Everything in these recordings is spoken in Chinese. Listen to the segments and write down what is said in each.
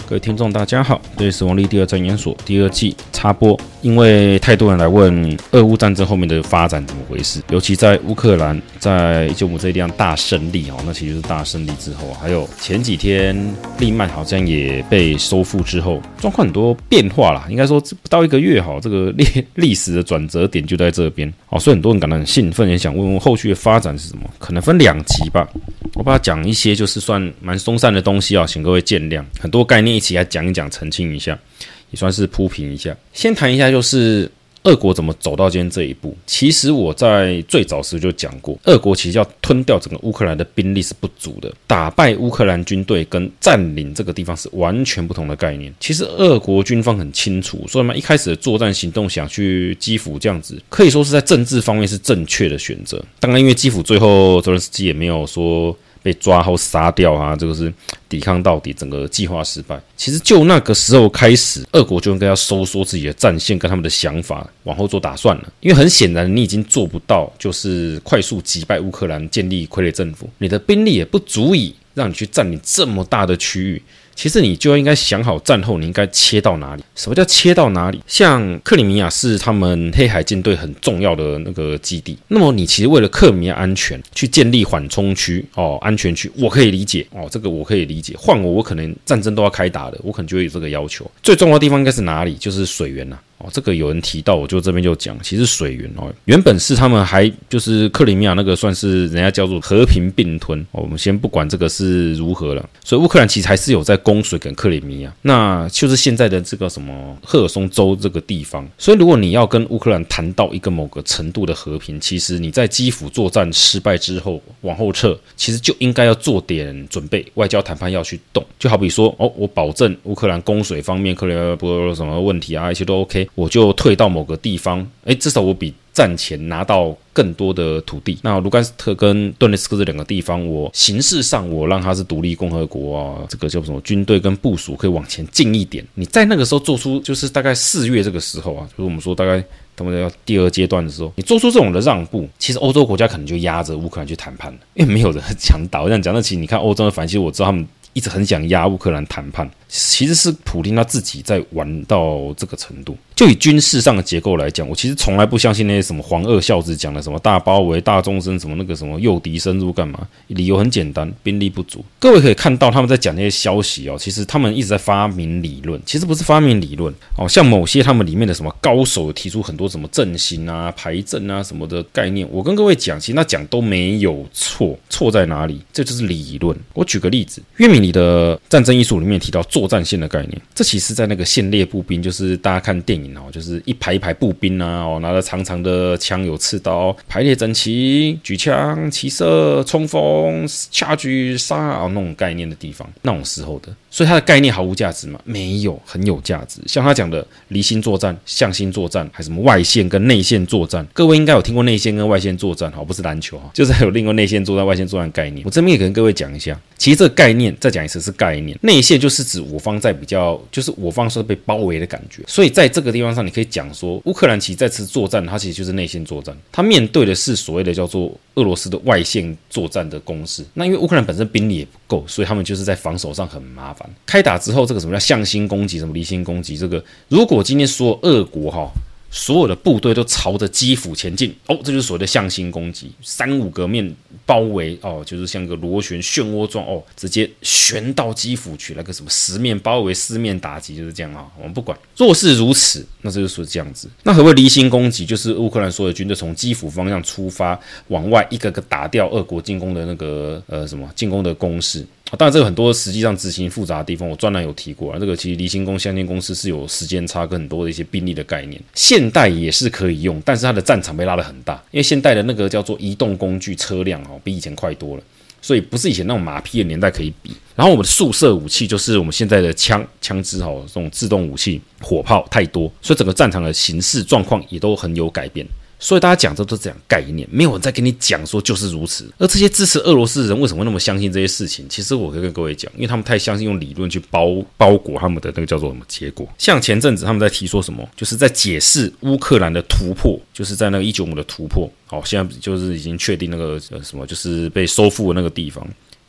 各位听众大家好，这里是王力第二战研所第二季插播。因为太多人来问俄乌战争后面的发展怎么回事，尤其在乌克兰在1995这个地方大胜利，那其实就是大胜利之后，还有前几天利曼好像也被收复之后，状况很多变化啦，应该说不到1个月，这个历史的转折点就在这边，所以很多人感到很兴奋，也想问问后续的发展是什么，可能分2集吧。我把它讲一些就是算蛮松散的东西请各位见谅，很多概念一起来讲一讲，澄清一下，也算是铺平一下。先谈一下就是俄国怎么走到今天这一步。其实我在最早时就讲过，俄国其实要吞掉整个乌克兰的兵力是不足的，打败乌克兰军队跟占领这个地方是完全不同的概念。其实俄国军方很清楚，所以一开始的作战行动想去基辅这样子，可以说是在政治方面是正确的选择。当然因为基辅最后泽连斯基也没有说被抓后杀掉这个是抵抗到底，整个计划失败。其实就那个时候开始，俄国就应该要收缩自己的战线跟他们的想法，往后做打算了。因为很显然你已经做不到就是快速击败乌克兰，建立傀儡政府，你的兵力也不足以让你去占领这么大的区域。其实你就应该想好战后你应该切到哪里。什么叫切到哪里？像克里米亚是他们黑海舰队很重要的那个基地，那么你其实为了克里米亚安全去建立缓冲区安全区，我可以理解这个我可以理解。换我可能战争都要开打的，我可能就会有这个要求。最重要的地方应该是哪里？就是水源这个有人提到，我就这边就讲，其实水源原本是他们还就是克里米亚那个算是人家叫做和平并吞我们先不管这个是如何了，所以乌克兰其实还是有在供水给克里米亚，那就是现在的这个什么赫尔松州这个地方。所以如果你要跟乌克兰谈到一个某个程度的和平，其实你在基辅作战失败之后往后撤，其实就应该要做点准备，外交谈判要去动。就好比说我保证乌克兰供水方面克里米亚不会有什么问题一切都 OK，我就退到某个地方，至少我比战前拿到更多的土地。那卢甘斯克跟顿涅茨克这2个地方，我形式上我让它是独立共和国这个叫什么军队跟部署可以往前进一点。你在那个时候做出，就是大概4月这个时候就是我们说大概他们要第2阶段的时候，你做出这种的让步，其实欧洲国家可能就压着乌克兰去谈判了，因为没有人想打。这样讲，那其实你看欧洲的反应，其实我知道他们一直很想压乌克兰谈判，其实是普丁他自己在玩到这个程度。就以军事上的结构来讲，我其实从来不相信那些什么黄二孝子讲的什么大包围、大纵深，什么那个什么诱敌深入干嘛？理由很简单，兵力不足。各位可以看到他们在讲那些消息其实他们一直在发明理论，其实不是发明理论像某些他们里面的什么高手提出很多什么阵型排阵什么的概念，我跟各位讲，其实那讲都没有错，错在哪里？这就是理论。我举个例子，约米里的战争艺术里面提到作战线的概念，这其实在那个线列步兵，就是大家看电影就是一排一排步兵拿着长长的枪有刺刀，排列整齐，举枪齐射冲锋掐举杀那种概念的地方，那种时候的。所以它的概念毫无价值吗？没有，很有价值。像他讲的离心作战、向心作战，还什么外线跟内线作战，各位应该有听过内线跟外线作战不是篮球就是还有另外内线作战、外线作战概念。我这边也跟各位讲一下，其实这个概念再讲一次是概念。内线就是指我方在比较，就是我方是被包围的感觉。所以在这个地方上，你可以讲说，乌克兰其实在此作战，它其实就是内线作战，它面对的是所谓的叫做俄罗斯的外线作战的攻势。那因为乌克兰本身兵力也不够，所以他们就是在防守上很麻烦。开打之后，这个什么叫向心攻击，什么离心攻击，这个如果今天所有俄国所有的部队都朝着基辅前进这就是所谓的向心攻击，3-5个面包围就是像个螺旋漩涡状直接旋到基辅去，那个什么10面包围4面打击，就是这样我们不管。若是如此，那这就是这样子。那何谓离心攻击？就是乌克兰所有军队从基辅方向出发，往外一个个打掉俄国进攻的那个进攻的攻势。当然这个很多实际上执行复杂的地方我专栏有提过这个其实离心攻向心攻势是有时间差跟很多的一些兵力的概念，现代也是可以用，但是它的战场被拉得很大，因为现代的那个叫做移动工具车辆比以前快多了，所以不是以前那种马匹的年代可以比。然后我们的速射武器就是我们现在的枪支这种自动武器火炮太多，所以整个战场的形势状况也都很有改变。所以大家讲这都是讲概念，没有人在跟你讲说就是如此。而这些支持俄罗斯的人为什么会那么相信这些事情？其实我可以跟各位讲，因为他们太相信用理论去包裹他们的那个叫做什么结果。像前阵子他们在提说什么，就是在解释乌克兰的突破，就是在那个195的突破。好，现在就是已经确定那个什么，就是被收复的那个地方。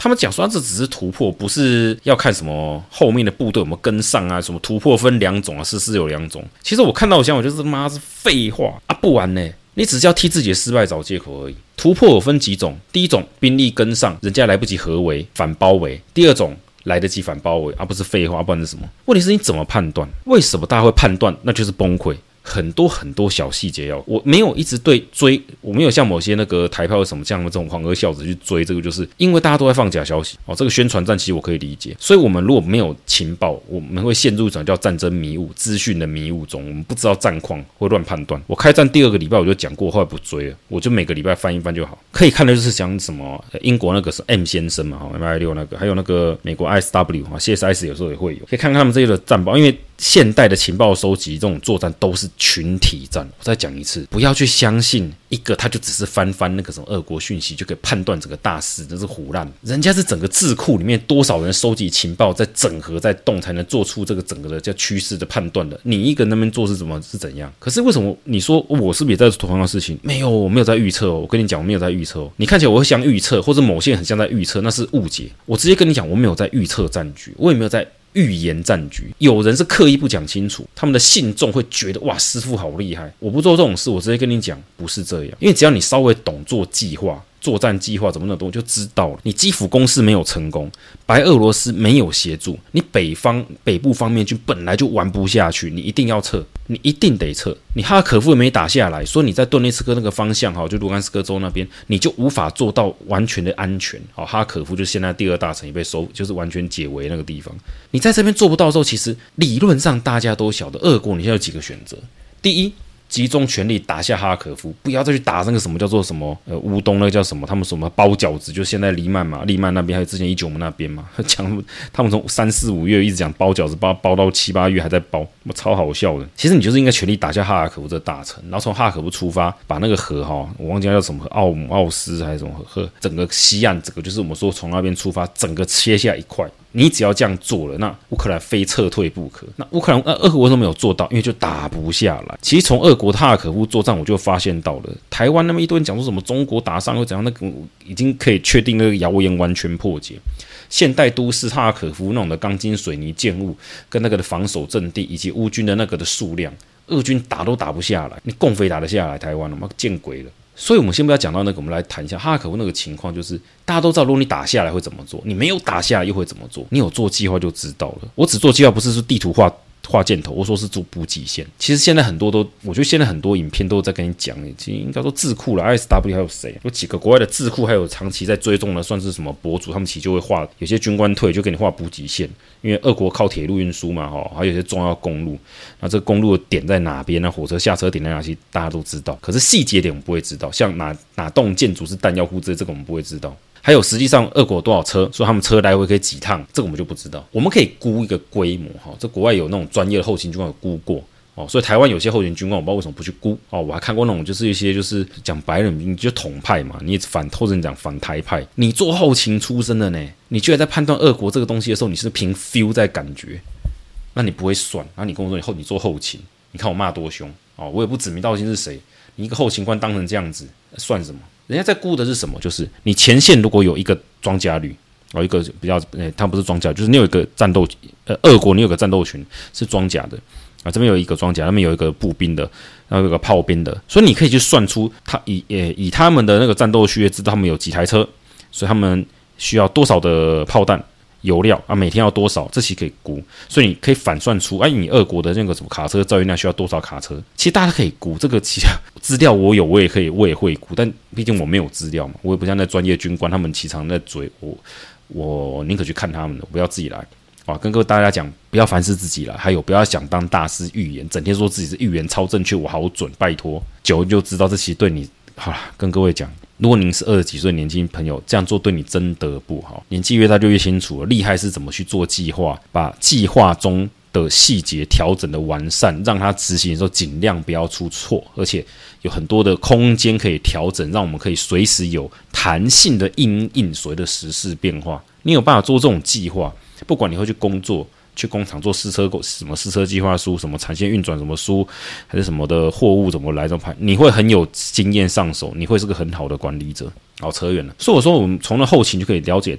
他们讲说这只是突破，不是要看什么后面的部队有没有跟上啊，什么突破分2种啊，实施有2种。其实我看到我想法就是妈是废话啊，不然呢？你只是要替自己的失败找借口而已。突破有分几种，第一种兵力跟上，人家来不及合围反包围；第二种来得及反包围啊，不是废话，不然是什么？问题是你怎么判断？为什么大家会判断？那就是崩溃。很多小细节我没有一直追，我没有像某些那个台票什么这样的这种黄额孝子去追这个，就是因为大家都在放假消息这个宣传战其实我可以理解，所以我们如果没有情报，我们会陷入一种叫战争迷雾、资讯的迷雾中，我们不知道战况，会乱判断。我开战第2个礼拜我就讲过，后来不追了，我就每个礼拜翻一翻就好。可以看的就是讲什么英国那个是 M 先生嘛，MI6 那个，还有那个美国 ISW CSIS 有时候也会有，可以看看他们这些的战报，因为现代的情报收集这种作战都是群体战。我再讲一次，不要去相信一个他就只是翻那个什么俄国讯息就可以判断整个大势，这是胡乱。人家是整个智库里面多少人收集情报，在整合在动，才能做出这个整个的叫趋势的判断的。你一个人那边做是怎样？可是为什么你说我是不是也在做同样的事情？没有，我没有在预测我跟你讲，我没有在预测你看起来我会像预测，或者某些人很像在预测，那是误解。我直接跟你讲，我没有在预测战局，我也没有在预言战局。有人是刻意不讲清楚，他们的信众会觉得哇，师父好厉害。我不做这种事，我直接跟你讲，不是这样。因为只要你稍微懂做计划，作战计划怎么那么多，就知道了。你基辅攻势没有成功，白俄罗斯没有协助，你北部方面军本来就玩不下去，你一定要撤，你一定得撤。你哈可夫也没打下来，所以你在顿涅茨克那个方向就卢甘斯克州那边，你就无法做到完全的安全。哈可夫就是现在第2大城也被收，就是完全解围那个地方。你在这边做不到的时候，其实理论上大家都晓得，俄国你现在有几个选择。第一，集中全力打下哈可夫，不要再去打那个什么叫做什么乌东那个叫什么，他们什么包饺子，就现在利曼那边，还有之前19我们那边嘛，讲他们从3、4、5月一直讲包饺子，包到7、8月还在包，超好笑的。其实你就是应该全力打下哈可夫这大城，然后从哈可夫出发，把那个河我忘记叫什么河，奥姆奥斯还是什么河，整个西岸整个就是我们说从那边出发，整个切下一块。你只要这样做了，那乌克兰非撤退不可。那俄国为什么没有做到？因为就打不下来。其实从俄国哈可夫作战，我就发现到了，台湾那么一堆人讲说什么中国打上会怎样，那个已经可以确定那个谣言完全破解。现代都市哈可夫那种的钢筋水泥建物，跟那个的防守阵地，以及乌军的那个的数量，俄军打都打不下来。你共匪打得下来，台湾了吗？见鬼了！所以我们先不要讲到那个，我们来谈一下哈可夫那个情况，就是大家都知道，如果你打下来会怎么做，你没有打下来又会怎么做，你有做计划就知道了。我只做计划，不是说地图画箭头，我说是做补给线。其实现在很多都，我觉得现在很多影片都在跟你讲，其实应该说智库啦 ISW 还有谁，有几个国外的智库，还有长期在追踪的，算是什么博主，他们其实就会画，有些军官退就给你画补给线，因为俄国靠铁路运输嘛，还有一些重要公路，那这个公路的点在哪边，那火车下车点在哪些，大家都知道，可是细节点我们不会知道，像哪栋建筑是弹药库之类，这个我们不会知道。还有实际上俄国有多少车，说他们车来回可以几趟，这个我们就不知道。我们可以估一个规模，这国外有那种专业的后勤军官有估过，所以台湾有些后勤军官我不知道为什么不去估，我还看过那种就是一些就是讲白人你就统派嘛，你或者你讲反台派，你做后勤出身的呢，你居然在判断俄国这个东西的时候，你是凭 feel 在感觉，那你不会算，然后你跟我说你做后勤，你看我骂多凶我也不指名道姓是谁，你一个后勤官当成这样子，算什么？人家在估的是什么？就是你前线如果有一个装甲旅，一个比较，它不是装甲，就是你有一个战斗，俄国你有个战斗群是装甲的这边有一个装甲，那边有一个步兵的，然后有个炮兵的，所以你可以去算出以他们的那个战斗序列，知道他们有几台车，所以他们需要多少的炮弹。油料每天要多少？这期可以估，所以你可以反算出，你俄国的那个什么卡车造运量需要多少卡车？其实大家可以估，这个其实资料我有，我也会估，但毕竟我没有资料嘛，我也不像那专业军官，他们其常在追我宁可去看他们的，我不要自己来跟大家讲，不要凡事自己来，还有不要想当大师预言，整天说自己是预言超正确，我好准，拜托，久了就知道这其实对你好了。跟各位讲。如果您是20几岁的年轻朋友，这样做对你真的不好。年纪越大就越清楚了，厉害是怎么去做计划，把计划中的细节调整的完善，让它执行的时候尽量不要出错，而且有很多的空间可以调整，让我们可以随时有弹性的因应所谓的时事变化。你有办法做这种计划，不管你会去工作。去工厂做什么试车计划书，什么产线运转什么书，还是什么的货物怎么来怎么排，你会很有经验上手，你会是个很好的管理者。好，扯远了。所以我说，我们从了后勤就可以了解到，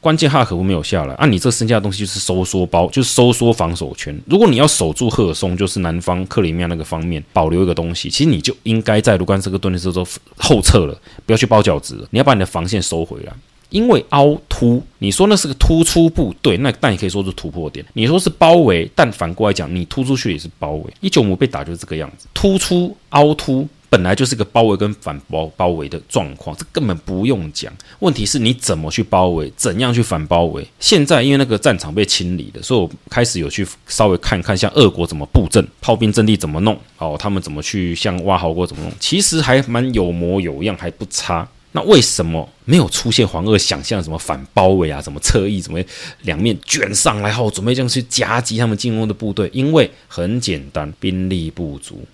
关键哈可夫没有下来啊，你这剩下的东西就是收缩包，就是收缩防守圈。如果你要守住赫尔松，就是南方克里米亚那个方面保留一个东西，其实你就应该在卢甘斯克顿涅茨克州后撤了，不要去包饺子了，你要把你的防线收回来。因为凹凸，你说那是个突出部队，那但也可以说是突破点。你说是包围，但反过来讲，你突出去也是包围。1995被打就是这个样子，突出凹凸。本来就是个包围跟反包围的状况，这根本不用讲。问题是你怎么去包围，怎样去反包围。现在因为那个战场被清理了，所以我开始有去稍微看看，像俄国怎么布阵，炮兵阵地怎么弄，他们怎么去像挖壕沟怎么弄，其实还蛮有模有样，还不差。那为什么没有出现黄俄想象什么反包围啊，什么侧翼，什么两面卷上来后准备这样去夹击他们进攻的部队？因为很简单，兵力不足，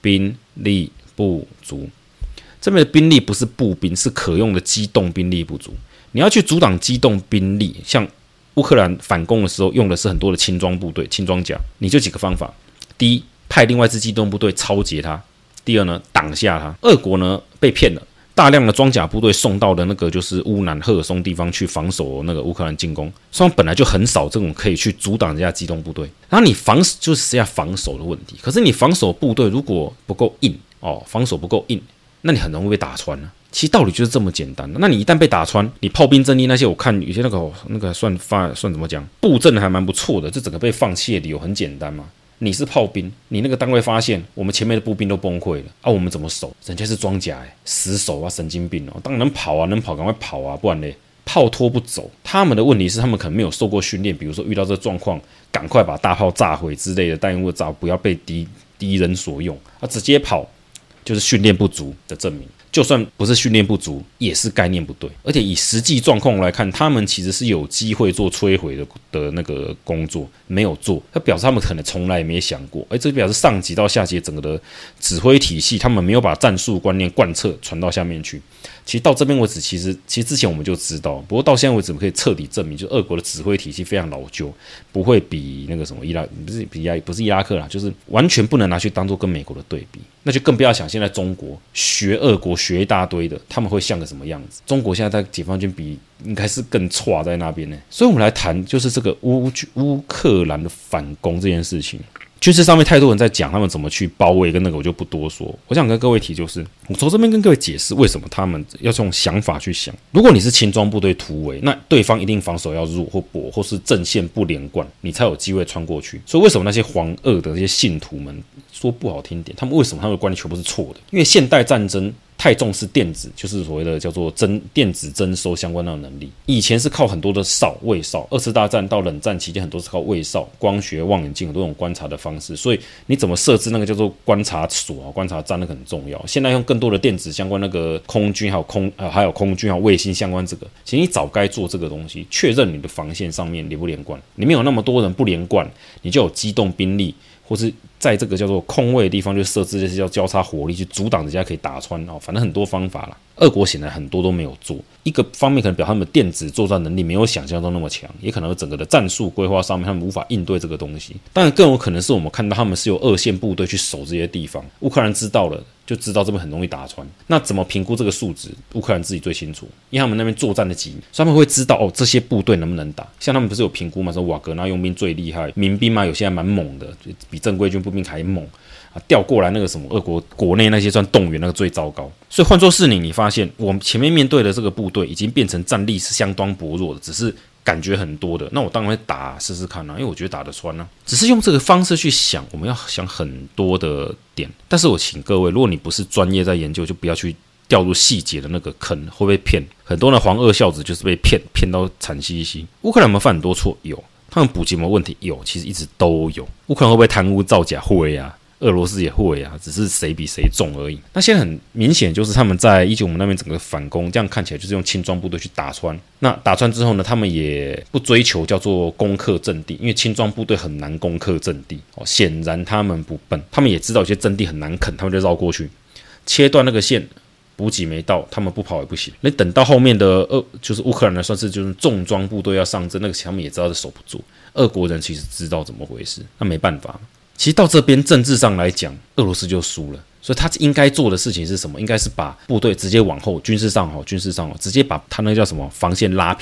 这边的兵力不是步兵，是可用的机动兵力不足。你要去阻挡机动兵力，像乌克兰反攻的时候用的是很多的轻装部队、轻装甲，你就几个方法：第一，派另外一支机动部队抄截它；第二呢，挡下它。俄国呢被骗了，大量的装甲部队送到的那个就是乌南赫尔松地方去防守那个乌克兰进攻，双方本来就很少这种可以去阻挡人家机动部队，然后你就是剩下防守的问题。可是你防守部队如果不够硬防守不够硬，那你很容易被打穿啊。其实道理就是这么简单。那你一旦被打穿，你炮兵阵地那些，我看有些那个算怎么讲，布阵的还蛮不错的。这整个被放弃的理由很简单嘛，你是炮兵，你那个单位发现我们前面的步兵都崩溃了啊，我们怎么守？人家是装甲死守啊，神经病哦！当然能跑啊，能跑赶快跑啊，不然嘞炮拖不走。他们的问题是他们可能没有受过训练，比如说遇到这个状况，赶快把大炮炸毁之类的，弹药炸不要被敌人所用啊，直接跑就是训练不足的证明。就算不是训练不足，也是概念不对。而且以实际状况来看，他们其实是有机会做摧毁的那个工作，没有做，他表示他们可能从来也没想过。这表示上级到下级整个的指挥体系，他们没有把战术观念贯彻传到下面去。其实到这边为止，其实之前我们就知道，不过到现在为止，我们可以彻底证明，就是俄国的指挥体系非常老旧，不会比那个什么不是伊拉克啦，就是完全不能拿去当做跟美国的对比。那就更不要想现在中国学俄国学一大堆的，他们会像个什么样子？中国现在在解放军比应该是更差在那边呢。所以我们来谈就是这个乌克兰的反攻这件事情。军事上面太多人在讲他们怎么去包围跟那个，我就不多说。我想跟各位提就是，我从这边跟各位解释为什么他们要用想法去想。如果你是轻装部队突围，那对方一定防守要弱或薄，或是阵线不连贯，你才有机会穿过去。所以为什么那些黄俄的那些信徒们说不好听点，他们为什么他们的观念全部是错的？因为现代战争太重视电子，就是所谓的叫做电子征收相关的能力。以前是靠很多的卫哨，二次大战到冷战期间，很多是靠卫哨、光学望远镜很多种观察的方式。所以你怎么设置那个叫做观察所、观察站，那个很重要。现在用更多的电子相关，那个空军还有空军还有卫星相关这个，其实你早该做这个东西，确认你的防线上面连不连贯。你没有那么多人不连贯，你就有机动兵力。或是在这个叫做空位的地方，就设置这些叫交叉火力去阻挡人家可以打穿反正很多方法啦。俄国显然很多都没有做，一个方面可能表他们电子作战能力没有想象中那么强，也可能整个的战术规划上面他们无法应对这个东西。当然更有可能是我们看到他们是有二线部队去守这些地方，乌克兰知道了就知道这边很容易打穿。那怎么评估这个数值？乌克兰自己最清楚，因为他们那边作战的几年，所以他们会知道这些部队能不能打。像他们不是有评估嘛，说瓦格纳佣兵最厉害，民兵嘛有些还蛮猛的，比正规军步兵还猛调过来那个什么俄国国内那些算动员那个最糟糕。所以换作是你发现我们前面面对的这个部队已经变成战力是相当薄弱的，只是感觉很多的，那我当然会打试试看啊，因为我觉得打得穿啊。只是用这个方式去想，我们要想很多的点。但是我请各位，如果你不是专业在研究，就不要去掉入细节的那个坑，会被骗。很多的黄俄孝子就是被骗到惨兮兮。乌克兰有没有犯很多错？有。他们补给有没有问题？有，其实一直都有。乌克兰会不会贪污造假？会啊。俄罗斯也会啊，只是谁比谁重而已。那现在很明显就是他们在1995那边整个反攻，这样看起来就是用轻装部队去打穿。那打穿之后呢，他们也不追求叫做攻克阵地，因为轻装部队很难攻克阵地。显然他们不笨，他们也知道有些阵地很难啃，他们就绕过去，切断那个线。补给没到，他们不跑也不行。那等到后面的就是乌克兰的算是就是重装部队要上阵，那个他们也知道是守不住。俄国人其实知道怎么回事，那没办法。其实到这边政治上来讲，俄罗斯就输了，所以他应该做的事情是什么？应该是把部队直接往后，军事上直接把他那个叫什么防线拉平。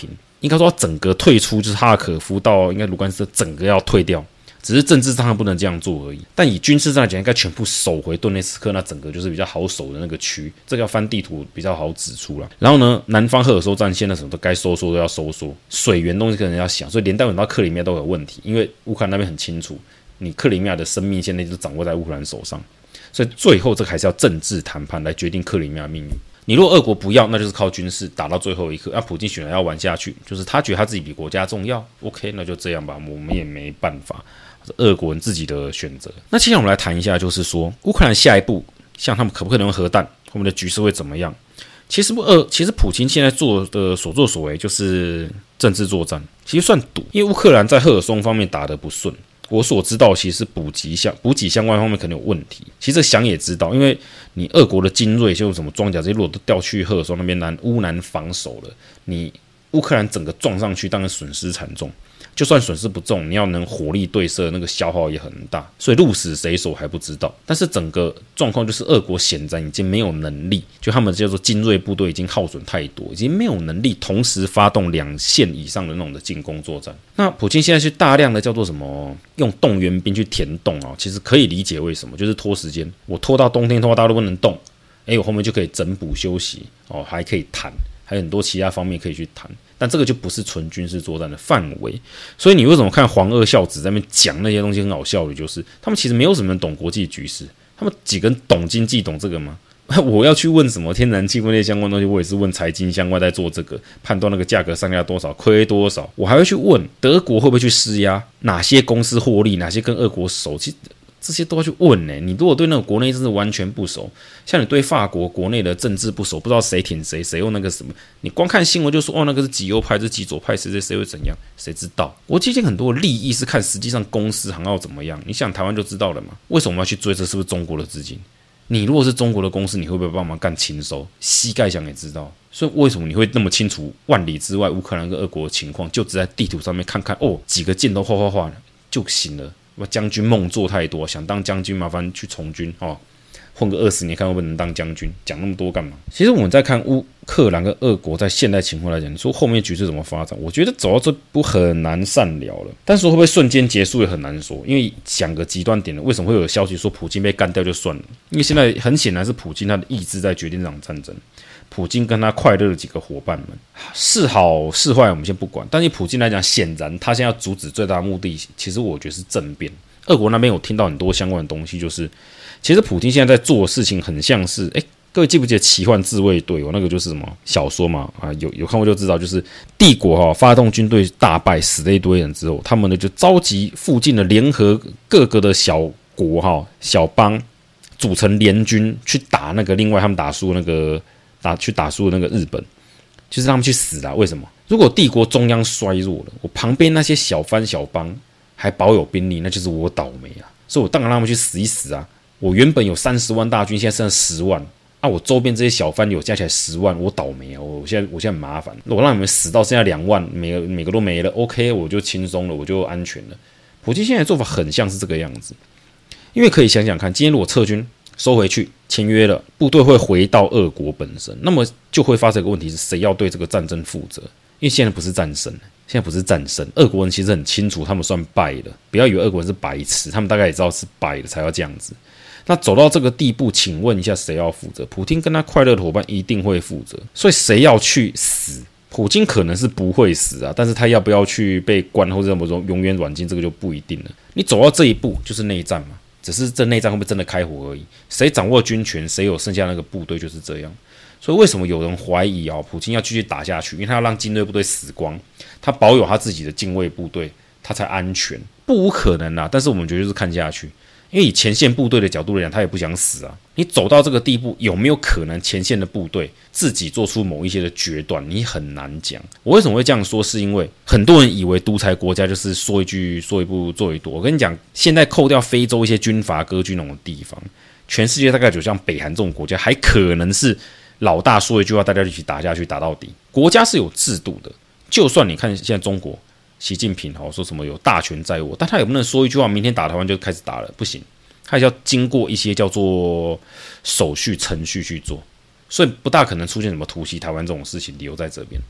应该说整个退出，就是哈尔科夫到应该卢甘斯克整个要退掉。只是政治上不能这样做而已，但以军事上来讲，应该全部守回顿涅茨克那整个就是比较好守的那个区，这个要翻地图比较好指出啦。然后呢，南方赫尔松战线的什么都该收缩都要收缩，水源东西可能要想，所以连带到克里米亚都有问题，因为乌克兰那边很清楚，你克里米亚的生命现在就掌握在乌克兰手上，所以最后这个还是要政治谈判来决定克里米亚命运。你如果俄国不要，那就是靠军事打到最后一刻。普京选择要玩下去，就是他觉得他自己比国家重要。OK， 那就这样吧，我们也没办法。俄国人自己的选择。那接下来我们来谈一下，就是说乌克兰下一步，像他们可不可能用核弹，后面的局势会怎么样？其实普京现在做的所作所为就是政治作战，其实算赌，因为乌克兰在赫尔松方面打得不顺。我所知道，其实补给相关方面可能有问题。其实想也知道，因为你俄国的精锐，就什么装甲这些，如果都调去赫尔松那边乌南防守了，你乌克兰整个撞上去，当然损失惨重。就算损失不重，你要能火力对射，那个消耗也很大，所以鹿死谁手还不知道。但是整个状况就是俄国显然已经没有能力，就他们叫做精锐部队已经耗损太多，已经没有能力同时发动2线以上的那种的进攻作战。那普京现在去大量的叫做什么用动员兵去填洞啊，其实可以理解为什么，就是拖时间，我拖到冬天拖到大家都不能动，我后面就可以整补休息哦，还可以谈，还有很多其他方面可以去谈。但这个就不是纯军事作战的范围，所以你为什么看黄二孝子在那边讲那些东西很好笑的，就是他们其实没有什么人懂国际局势，他们几个人懂经济懂这个吗？我要去问什么天然气分类相关东西，我也是问财经相关在做这个判断那个价格上下多少亏多少，我还会去问德国会不会去施压，哪些公司获利，哪些跟俄国熟，其实这些都要去问你如果对那个国内政治完全不熟，像你对法国国内的政治不熟，不知道谁挺谁，谁用那个什么，你光看新闻就说那个是极右派，这是极左派，谁会怎样，谁知道？国际间很多利益是看实际上公司行号怎么样。你想台湾就知道了嘛？为什么我们要去追这是不是中国的资金？你如果是中国的公司，你会不会帮忙干情收？膝盖想也知道。所以为什么你会那么清楚万里之外乌克兰跟俄国的情况，就只在地图上面看看几个箭头画就行了。将军梦做太多，想当将军麻烦去从军混个20年看会不会能当将军，讲那么多干嘛？其实我们在看乌克兰跟俄国在现代情况来讲，你说后面局势怎么发展，我觉得走到这步很难善了了，但是会不会瞬间结束也很难说，因为讲个极端点的，为什么会有消息说普京被干掉就算了？因为现在很显然是普京他的意志在决定这场战争，普京跟他快乐的几个伙伴们是好是坏我们先不管，但是普京来讲，显然他现在要阻止最大的目的，其实我觉得是政变。俄国那边有听到很多相关的东西，就是其实普京现在在做的事情很像是各位记不记得奇幻自卫队那个就是什么小说嘛有看过就知道，就是帝国发动军队大败死了一堆人之后，他们呢就召集附近的联合各个的小国小邦组成联军去打那个另外他们打输那个日本，就是他们去死啦。为什么？如果帝国中央衰弱了，我旁边那些小藩小邦还保有兵力，那就是我倒霉啊！所以我当然让他们去死一死啊！我原本有30万大军，现在剩10万我周边这些小藩有加起来10万，我倒霉啊！我现在很麻烦，我让你们死到剩下2万，每个都没了 ，OK， 我就轻松了，我就安全了。普京现在的做法很像是这个样子，因为可以想想看，今天如果撤军收回去签约了，部队会回到俄国本身，那么就会发生一个问题是谁要对这个战争负责？因为现在不是战争，俄国人其实很清楚他们算败了，不要以为俄国人是白痴，他们大概也知道是败了才要这样子。那走到这个地步，请问一下谁要负责？普京跟他快乐的伙伴一定会负责，所以谁要去死？普京可能是不会死啊，但是他要不要去被关或者永远软禁，这个就不一定了。你走到这一步就是内战嘛，只是这内战会不会真的开火而已，谁掌握军权，谁有剩下那个部队就是这样。所以为什么有人怀疑普京要继续打下去？因为他要让精锐部队死光，他保有他自己的禁卫部队，他才安全。不无可能但是我们觉得就是看下去，因为以前线部队的角度来讲，他也不想死啊。你走到这个地步，有没有可能前线的部队自己做出某一些的决断？你很难讲。我为什么会这样说？是因为很多人以为独裁国家就是说一句说一步做一步。我跟你讲，现在扣掉非洲一些军阀割据那种地方，全世界大概就像北韩这种国家，还可能是老大说一句话，大家一起打下去，打到底。国家是有制度的，就算你看现在中国，习近平说什么有大权在握，但他也不能说一句话，明天打台湾就开始打了，不行，他要经过一些叫做手续程序去做，所以不大可能出现什么突袭台湾这种事情，理由在这边。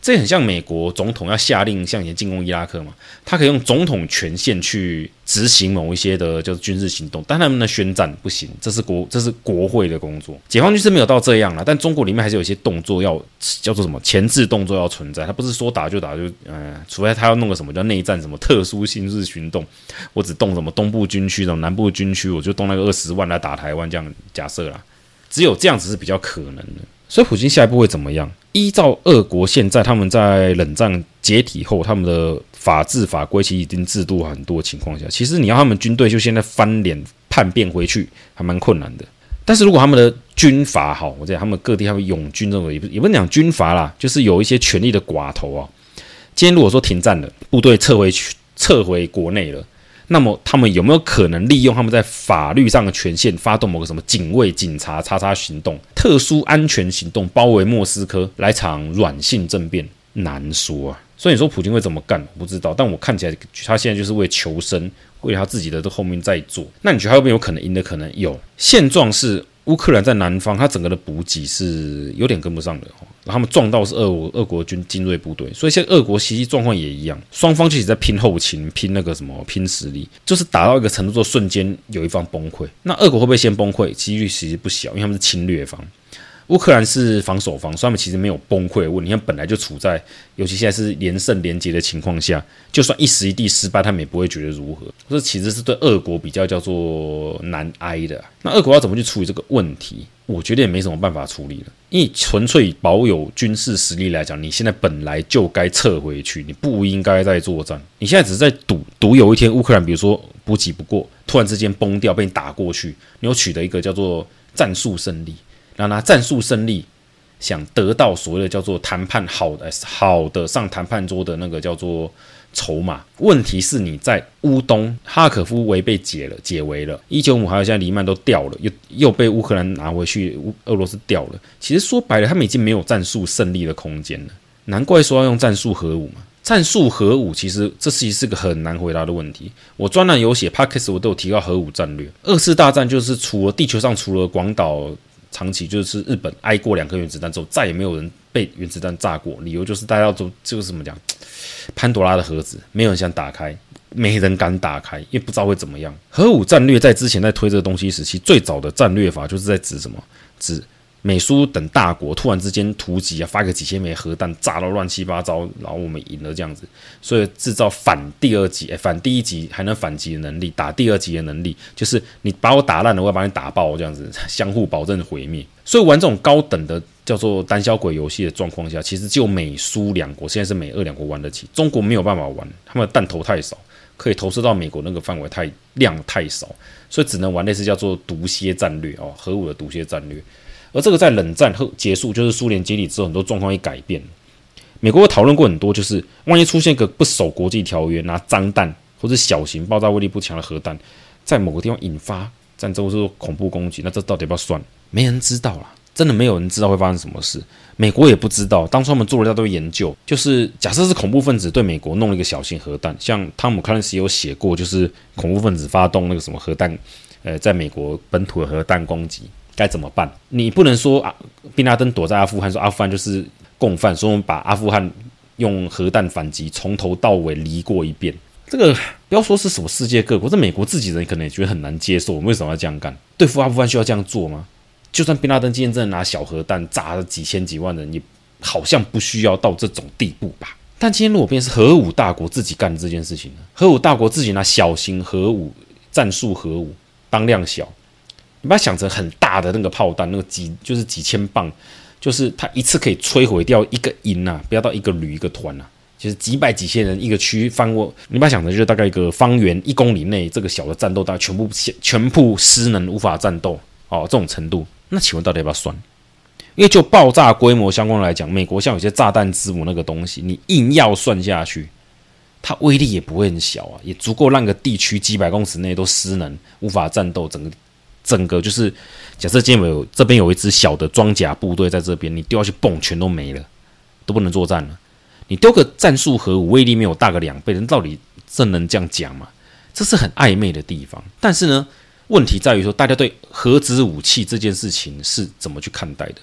这很像美国总统要下令像以前进攻伊拉克嘛，他可以用总统权限去执行某一些的就是军事行动，但他们的宣战不行，这是国会的工作。解放军是没有到这样啦，但中国里面还是有一些动作要叫做什么前置动作要存在，他不是说打就打就除非他要弄个什么叫内战什么特殊刑事行动，我只动什么东部军区什么南部军区，我就动那个20万来打台湾这样假设啦，只有这样子是比较可能的。所以普京下一步会怎么样？依照俄国现在他们在冷战解体后，他们的法治法规其实已经制度很多情况下，其实你要他们军队就现在翻脸叛变回去，还蛮困难的。但是如果他们的军阀好，我讲他们各地他们拥军这种也不是讲军阀啦，就是有一些权力的寡头啊。今天如果说停战了，部队撤回国内了。那么他们有没有可能利用他们在法律上的权限，发动某个什么警卫、警察叉行动、特殊安全行动，包围莫斯科，来场软性政变？难说啊。所以你说普京会怎么干，我不知道。但我看起来他现在就是为求生，为他自己的后面在做。那你觉得他会不会有可能赢的可能？有。现状是乌克兰在南方，它整个的补给是有点跟不上的，然后他们撞到是俄国军精锐部队，所以现在俄国袭击状况也一样，双方其实在拼后勤、拼那个什么、拼实力，就是打到一个程度之后，瞬间有一方崩溃。那俄国会不会先崩溃？几率其实不小，因为他们是侵略方。乌克兰是防守方，所以他们其实没有崩溃的问题。他们本来就处在，尤其现在是连胜连捷的情况下，就算一时一地失败，他们也不会觉得如何。这其实是对俄国比较叫做难挨的。那俄国要怎么去处理这个问题？我觉得也没什么办法处理了，因为纯粹保有军事实力来讲，你现在本来就该撤回去，你不应该再作战。你现在只是在赌有一天乌克兰比如说补给不过，突然之间崩掉，被你打过去，你有取得一个叫做战术胜利。然后拿战术胜利，想得到所谓的叫做谈判好的上谈判桌的那个叫做筹码。问题是你在乌东哈可夫围被解围了，195还有现在黎曼都掉了，又被乌克兰拿回去，俄罗斯掉了。其实说白了，他们已经没有战术胜利的空间了。难怪说要用战术核武嘛。战术核武其实这是个很难回答的问题。我专栏有写 Podcast 我都有提到核武战略。2次大战就是地球上除了广岛。长期就是日本挨过2颗原子弹之后，再也没有人被原子弹炸过。理由就是大家都就是怎么讲，潘多拉的盒子，没有人想打开，没人敢打开，因为不知道会怎么样。核武战略在之前在推这个东西时期，最早的战略法就是在指什么？指美苏等大国突然之间突击啊，发个几千枚核弹，炸到乱七八糟，然后我们赢了这样子，所以制造反第一级还能反击的能力，打第2级的能力，就是你把我打烂了，我要把你打爆，这样子相互保证毁灭。所以玩这种高等的叫做胆小鬼游戏的状况下，其实只有美苏两国，现在是美俄两国玩得起，中国没有办法玩，他们的弹头太少，可以投射到美国那个范围量太少，所以只能玩类似叫做毒蝎战略核武的毒蝎战略。而这个在冷战结束，就是苏联解体之后，很多状况会改变。美国有讨论过很多，就是万一出现一个不守国际条约，拿脏弹或是小型爆炸威力不强的核弹，在某个地方引发战争或是恐怖攻击，那这到底要不要算？没人知道啦，真的没有人知道会发生什么事。美国也不知道，当初他们做了一大堆研究，就是假设是恐怖分子对美国弄了一个小型核弹，像汤姆克兰西有写过，就是恐怖分子发动那个什么核弹，在美国本土的核弹攻击。该怎么办？你不能说宾拉登躲在阿富汗，说阿富汗就是共犯，说我们把阿富汗用核弹反击，从头到尾离过一遍。这个不要说是什么世界各国，这美国自己人可能也觉得很难接受，我们为什么要这样干？对付阿富汗需要这样做吗？就算宾拉登今天真的拿小核弹炸了几千几万人，也好像不需要到这种地步吧？但今天如果变成是核武大国自己干这件事情呢？核武大国自己拿小型核武、战术核武当量小。你把它想成很大的那个炮弹，那个就是几千磅，就是它一次可以摧毁掉一个营啊，不要到一个旅一个团啊，就是几百几千人一个区翻过。你把它想成就是大概一个方圆1公里内，这个小的战斗大概全部失能无法战斗这种程度。那请问到底要不要算？因为就爆炸规模相关来讲，美国像有些炸弹之母那个东西，你硬要算下去，它威力也不会很小啊，也足够让个地区几百公尺内都失能无法战斗，整个就是假设今天这边有一支小的装甲部队在这边，你丢下去蹦全都没了，都不能作战了。你丢个战术核武威力没有大个2倍，人到底真能这样讲吗？这是很暧昧的地方。但是呢，问题在于说大家对核子武器这件事情是怎么去看待的？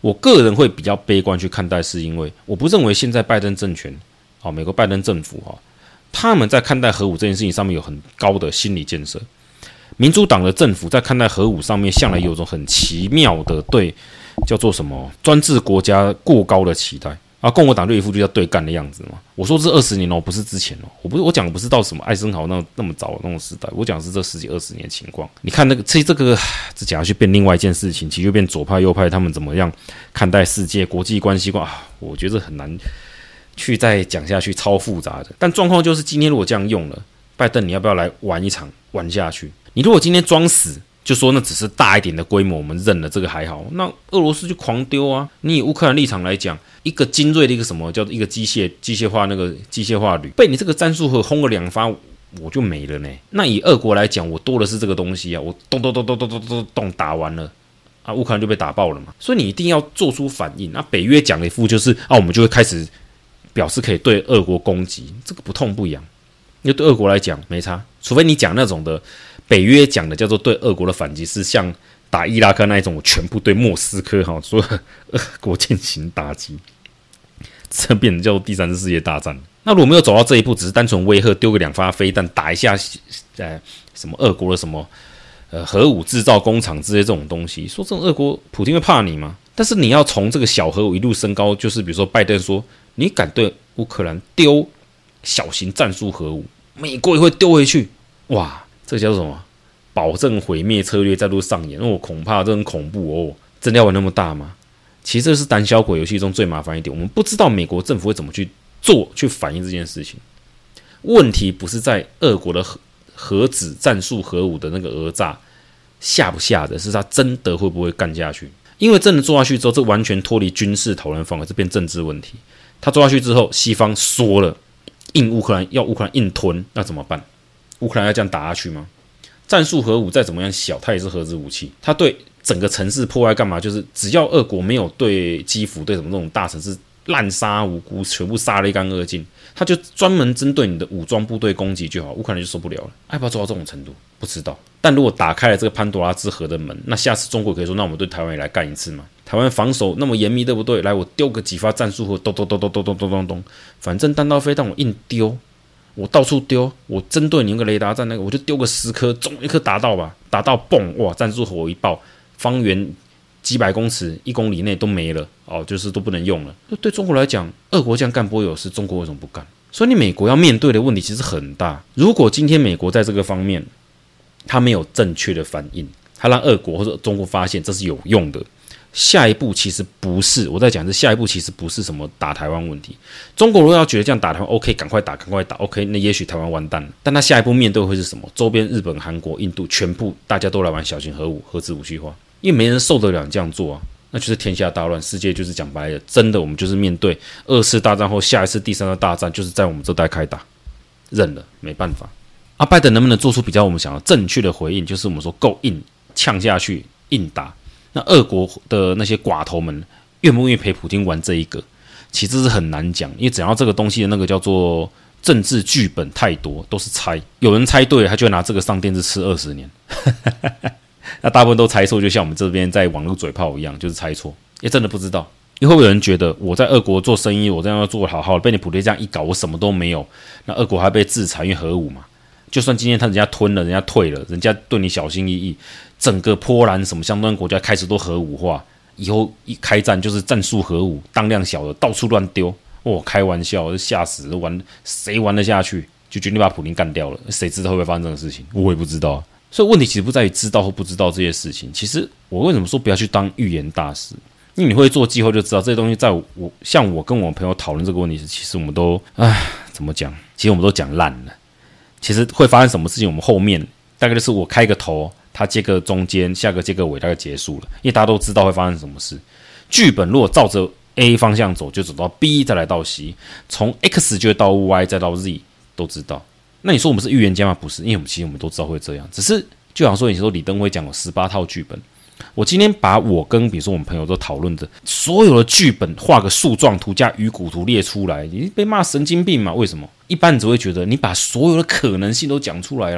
我个人会比较悲观去看待，是因为我不认为现在拜登政权，美国拜登政府他们在看待核武这件事情上面有很高的心理建设。民主党的政府在看待核武上面，向来有种很奇妙的对叫做什么专制国家过高的期待啊。共和党就一副就要对干的样子嘛。我说这20年不是之前我讲的不是到什么艾森豪那么早的那种时代，我讲的是这10几20年情况。你看这讲下去变另外一件事情，其实就变左派右派他们怎么样看待世界国际关系我觉得很难去再讲下去，超复杂的。但状况就是今天如果这样用了，拜登你要不要来玩一场玩下去？你如果今天装死，就说那只是大一点的规模，我们认了这个还好，那俄罗斯就狂丢啊！你以乌克兰立场来讲，一个精锐的一个什么叫做一个机械化旅，被你这个战术核轰了2发，我就没了呢。那以俄国来讲，我多的是这个东西啊，我咚打完了啊，乌克兰就被打爆了嘛。所以你一定要做出反应。那北约讲的一副就是我们就会开始表示可以对俄国攻击，这个不痛不痒。因为对俄国来讲没差，除非你讲那种的。北约讲的叫做对俄国的反击是像打伊拉克那一种，我全部对莫斯科所有俄国进行打击，这变成叫做第3次世界大战。那如果没有走到这一步，只是单纯威吓，丢个2发飞弹打一下什么俄国的什么核武制造工厂之类这种东西，说这种俄国普京会怕你吗？但是你要从这个小核武一路升高，就是比如说拜登说你敢对乌克兰丢小型战术核武，美国也会丢回去，哇！这叫做什么？保证毁灭策略再度上演，恐怕这很恐怖真的要玩那么大吗？其实这是胆小鬼游戏中最麻烦一点，我们不知道美国政府会怎么去做，去反映这件事情。问题不是在俄国的核子战术核武的那个讹诈下不下的，是他真的会不会干下去？因为真的做下去之后，这完全脱离军事讨论范围，这变政治问题。他做下去之后，西方说了，乌克兰要乌克兰硬吞，那怎么办？乌克兰要这样打下去吗？战术核武再怎么样小，它也是核子武器，它对整个城市破坏干嘛？就是只要俄国没有对基辅、对什么那种大城市滥杀无辜，全部杀得一干二净，它就专门针对你的武装部队攻击就好，乌克兰就受不了了。要不要做到这种程度？不知道。但如果打开了这个潘多拉之盒的门，那下次中国可以说，那我们对台湾也来干一次嘛？台湾防守那么严密，对不对？来，我丢个几发战术核，咚，反正弹道飞弹我硬丢。我到处丢，我针对你那个雷达站那个，我就丢个10颗，总一颗打到吧，打到蹦，哇！战术核我一爆，方圆几百公尺、1公里内都没了，就是都不能用了。对中国来讲，俄国这样干不会有事，中国为什么不干？所以你美国要面对的问题其实很大。如果今天美国在这个方面，他没有正确的反应，他让俄国或者中国发现这是有用的。下一步其实不是，我在讲是下一步其实不是什么打台湾问题。中国如果要觉得这样打台湾 OK， 赶快打 OK， 那也许台湾完蛋了。但他下一步面对会是什么？周边日本、韩国、印度全部大家都来玩小型核武、核子武器化，因为没人受得了这样做啊，那就是天下大乱，世界就是讲白了，真的我们就是面对2次大战后下一次第3次大战，就是在我们这代开打，认了，没办法。拜登能不能做出比较我们想要正确的回应？就是我们说够硬，呛下去，硬打。那俄国的那些寡头们愿不愿意陪普丁玩这一个，其实是很难讲，因为只要这个东西的那个叫做政治剧本太多，都是猜，有人猜对了，他就会拿这个上电视吃20年，那大部分都猜错，就像我们这边在网络嘴炮一样，就是猜错，也真的不知道。因为会不会有人觉得我在俄国做生意，我这样要做得好好的，被你普丁这样一搞，我什么都没有，那俄国还被制裁，因为核武嘛。就算今天人家吞了，人家退了，人家对你小心翼翼，整个波兰什么相关国家开始都核武化，以后一开战就是战术核武，当量小的到处乱丢，开玩笑，吓死了，谁玩得下去？就决定把普丁干掉了，谁知道会不会发生这种事情？我也不知道啊。所以问题其实不在于知道或不知道这些事情，其实我为什么说不要去当预言大师？因为你会做季后就知道这些东西，在像我跟我朋友讨论这个问题时，其实我们都怎么讲？其实我们都讲烂了。其实会发生什么事情，我们后面大概就是我开个头，他接个中间，下个接个尾，大概结束了。因为大家都知道会发生什么事。剧本如果照着 A 方向走，就走到 B， 再来到 C， 从 X 就会到 Y， 再到 Z， 都知道。那你说我们是预言家吗？不是，因为其实我们都知道会这样。只是就好像说，你说李登辉讲有18套剧本，我今天把我跟比如说我们朋友都讨论的所有的剧本画个树状图加鱼骨图列出来，你被骂神经病嘛？为什么？一般人只会觉得你把所有的可能性都讲出来啦，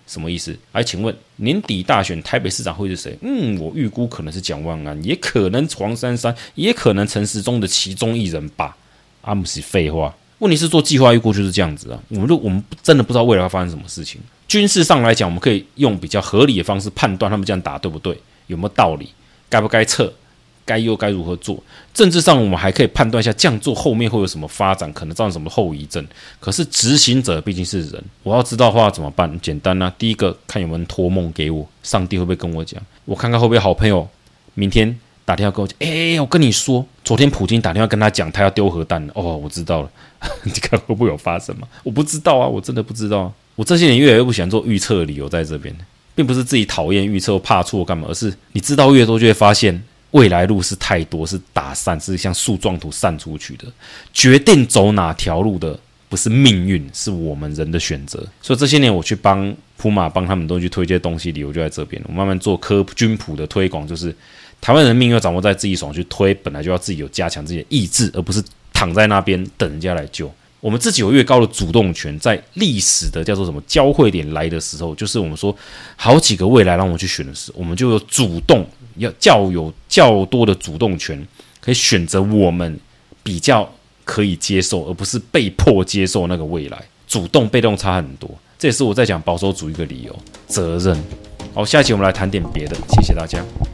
什么意思？请问年底大选台北市长会是谁？我预估可能是蒋万安，也可能黄珊珊，也可能陈时中的其中一人吧。不是废话。问题是做计划预估就是这样子啊，我们真的不知道未来会发生什么事情。军事上来讲，我们可以用比较合理的方式判断他们这样打对不对，有没有道理，该不该撤，该如何做。政治上我们还可以判断一下这样做后面会有什么发展，可能造成什么后遗症。可是执行者毕竟是人，我要知道的话怎么办？简单啊，第一个看有没有人托梦给我，上帝会不会跟我讲？我看看会不会好朋友明天打电话跟我讲，我跟你说，昨天普京打电话跟他讲，他要丢核弹了。我知道了，你看会不会有发生吗？我不知道啊，我真的不知道啊。我这些年越来越不喜欢做预测的理由在这边，并不是自己讨厌预测怕错干嘛，而是你知道越多就会发现未来路是太多，是打散，是像树状图散出去的。决定走哪条路的不是命运，是我们人的选择。所以这些年我去帮普马帮他们都去推这些东西，理由就在这边。我慢慢做军普的推广，就是台湾人的命运要掌握在自己手上去推，本来就要自己有加强自己的意志，而不是躺在那边等人家来救。我们自己有越高的主动权，在历史的叫做什么交汇点来的时候，就是我们说好几个未来让我们去选的时候，我们就有主动有较多的主动权，可以选择我们比较可以接受，而不是被迫接受那个未来。主动被动差很多，这也是我在讲保守主义的理由。责任。好，下一期我们来谈点别的，谢谢大家。